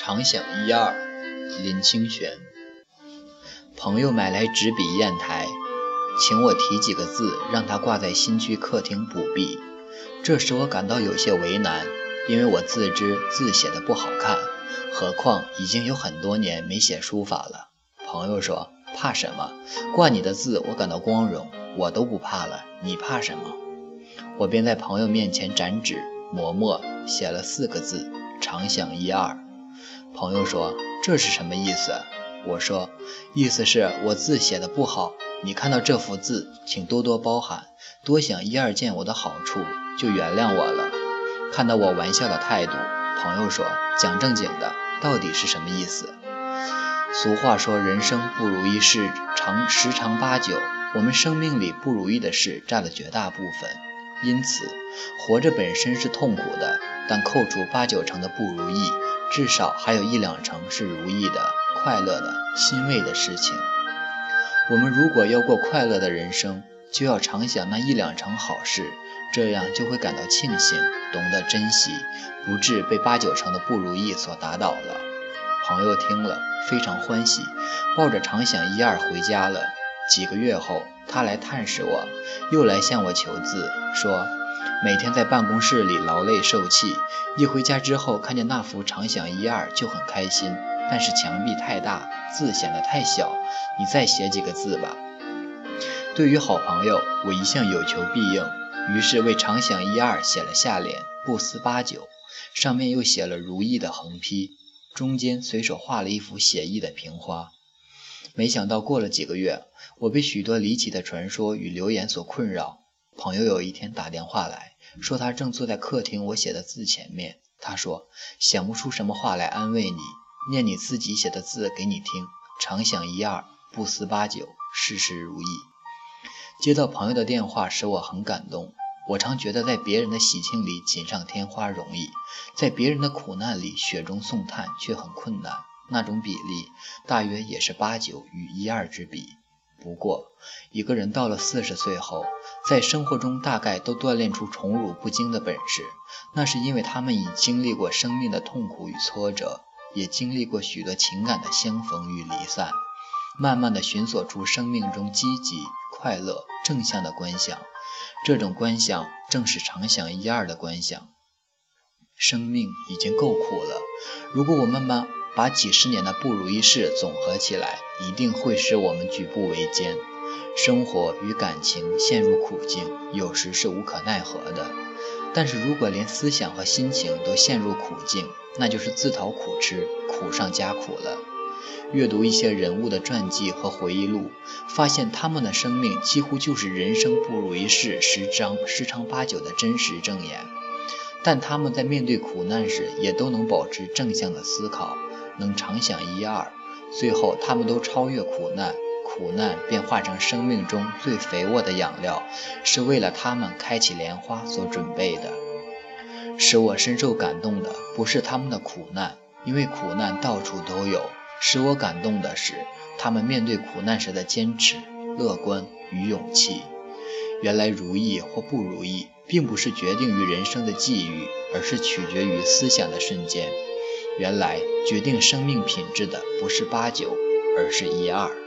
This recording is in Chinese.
常想一二，林清玄。朋友买来纸笔砚台，请我提几个字，让他挂在新居客厅补壁。这时我感到有些为难，因为我自知字写得不好看，何况已经有很多年没写书法了。朋友说：怕什么？挂你的字我感到光荣，我都不怕了，你怕什么？我便在朋友面前展纸磨墨，写了4个字：常想一二。朋友说：这是什么意思？我说：意思是我字写得不好，你看到这幅字请多多包涵，多想1、2件我的好处，就原谅我了。看到我玩笑的态度，朋友说：讲正经的，到底是什么意思？俗话说人生不如意事十常八九，我们生命里不如意的事占了绝大部分，因此活着本身是痛苦的，但扣除8、9成的不如意，至少还有1、2成是如意的、快乐的、欣慰的事情。我们如果要过快乐的人生，就要常想那1、2成好事，这样就会感到庆幸，懂得珍惜，不致被8、9成的不如意所打倒了。朋友听了非常欢喜，抱着常想一二回家了。几个月后，他来探视我，又来向我求字，说每天在办公室里劳累受气，一回家之后看见那幅常想一二就很开心，但是墙壁太大，字显得太小，你再写几个字吧。对于好朋友，我一向有求必应，于是为常想一二写了下联不思8、9，上面又写了如意的横批，中间随手画了一幅写意的瓶花。没想到过了几个月，我被许多离奇的传说与流言所困扰。朋友有一天打电话来，说他正坐在客厅我写的字前面，他说想不出什么话来安慰你，念你自己写的字给你听，常想一二，不思8、9，事事如意。接到朋友的电话使我很感动，我常觉得在别人的喜庆里锦上添花容易，在别人的苦难里雪中送炭却很困难，那种比例大约也是8、9与1、2之比。不过一个人到了40岁后，在生活中大概都锻炼出宠辱不惊的本事，那是因为他们已经历过生命的痛苦与挫折，也经历过许多情感的相逢与离散，慢慢地寻索出生命中积极、快乐、正向的观想。这种观想正是常想一二的观想。生命已经够苦了，如果我们把几十年的不如意事总合起来，一定会使我们举步维艰。生活与感情陷入苦境，有时是无可奈何的，但是如果连思想和心情都陷入苦境，那就是自讨苦吃，苦上加苦了。阅读一些人物的传记和回忆录，发现他们的生命几乎就是人生不如意事十常八九的真实证言，但他们在面对苦难时也都能保持正向的思考，能常想1、2，最后他们都超越苦难，苦难便化成生命中最肥沃的养料，是为了他们开启莲花所准备的。使我深受感动的不是他们的苦难，因为苦难到处都有，使我感动的是他们面对苦难时的坚持、乐观与勇气。原来如意或不如意并不是决定于人生的际遇，而是取决于思想的瞬间。原来决定生命品质的不是8、9，而是1、2。